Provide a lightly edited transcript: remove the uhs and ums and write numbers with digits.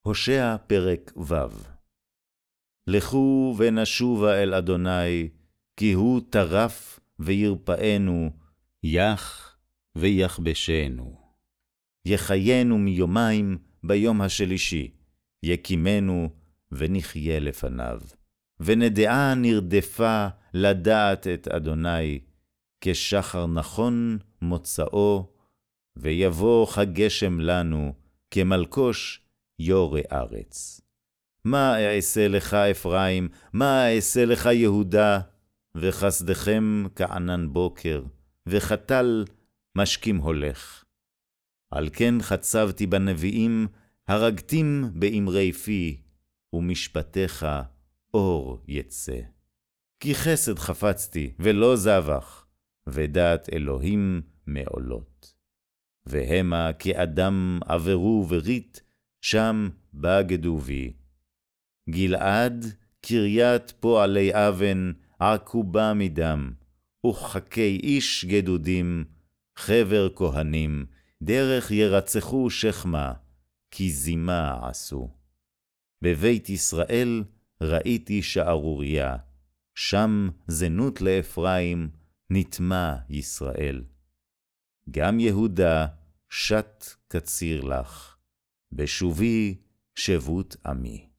הושע פרק ו'. לכו ונשובה אל אדוני, כי הוא טרף וירפאנו, יח ויחבשנו. יחיינו מיומיים ביום השלישי, יקימנו ונחיה לפניו. ונדעה נרדפה לדעת את אדוני, כשחר נכון מוצאו, ויבוא כגשם לנו, כמלקוש יורה ארץ. מה אעשה לך אפרים, מה אעשה לך יהודה, וחסדכם כענן בוקר, וחתל משכים הולך. על כן חצבתי בנביאים, הרגתים באמרי פי, ומשפטיך אור יצא. כי חסד חפצתי ולא זבח, ודעת אלוהים מעולות. והמה כאדם עברו ורית, שם בגדו בי. גלעד קריית פועלי אבן, עקובה מדם, וחכי איש גדודים, חבר כהנים, דרך ירצחו שכמה, כי זימה עשו. בבית ישראל ראיתי שערוריה, שם זנות לאפרים, נטמע ישראל. גם יהודה שת קציר לך, בשובי שבות עמי.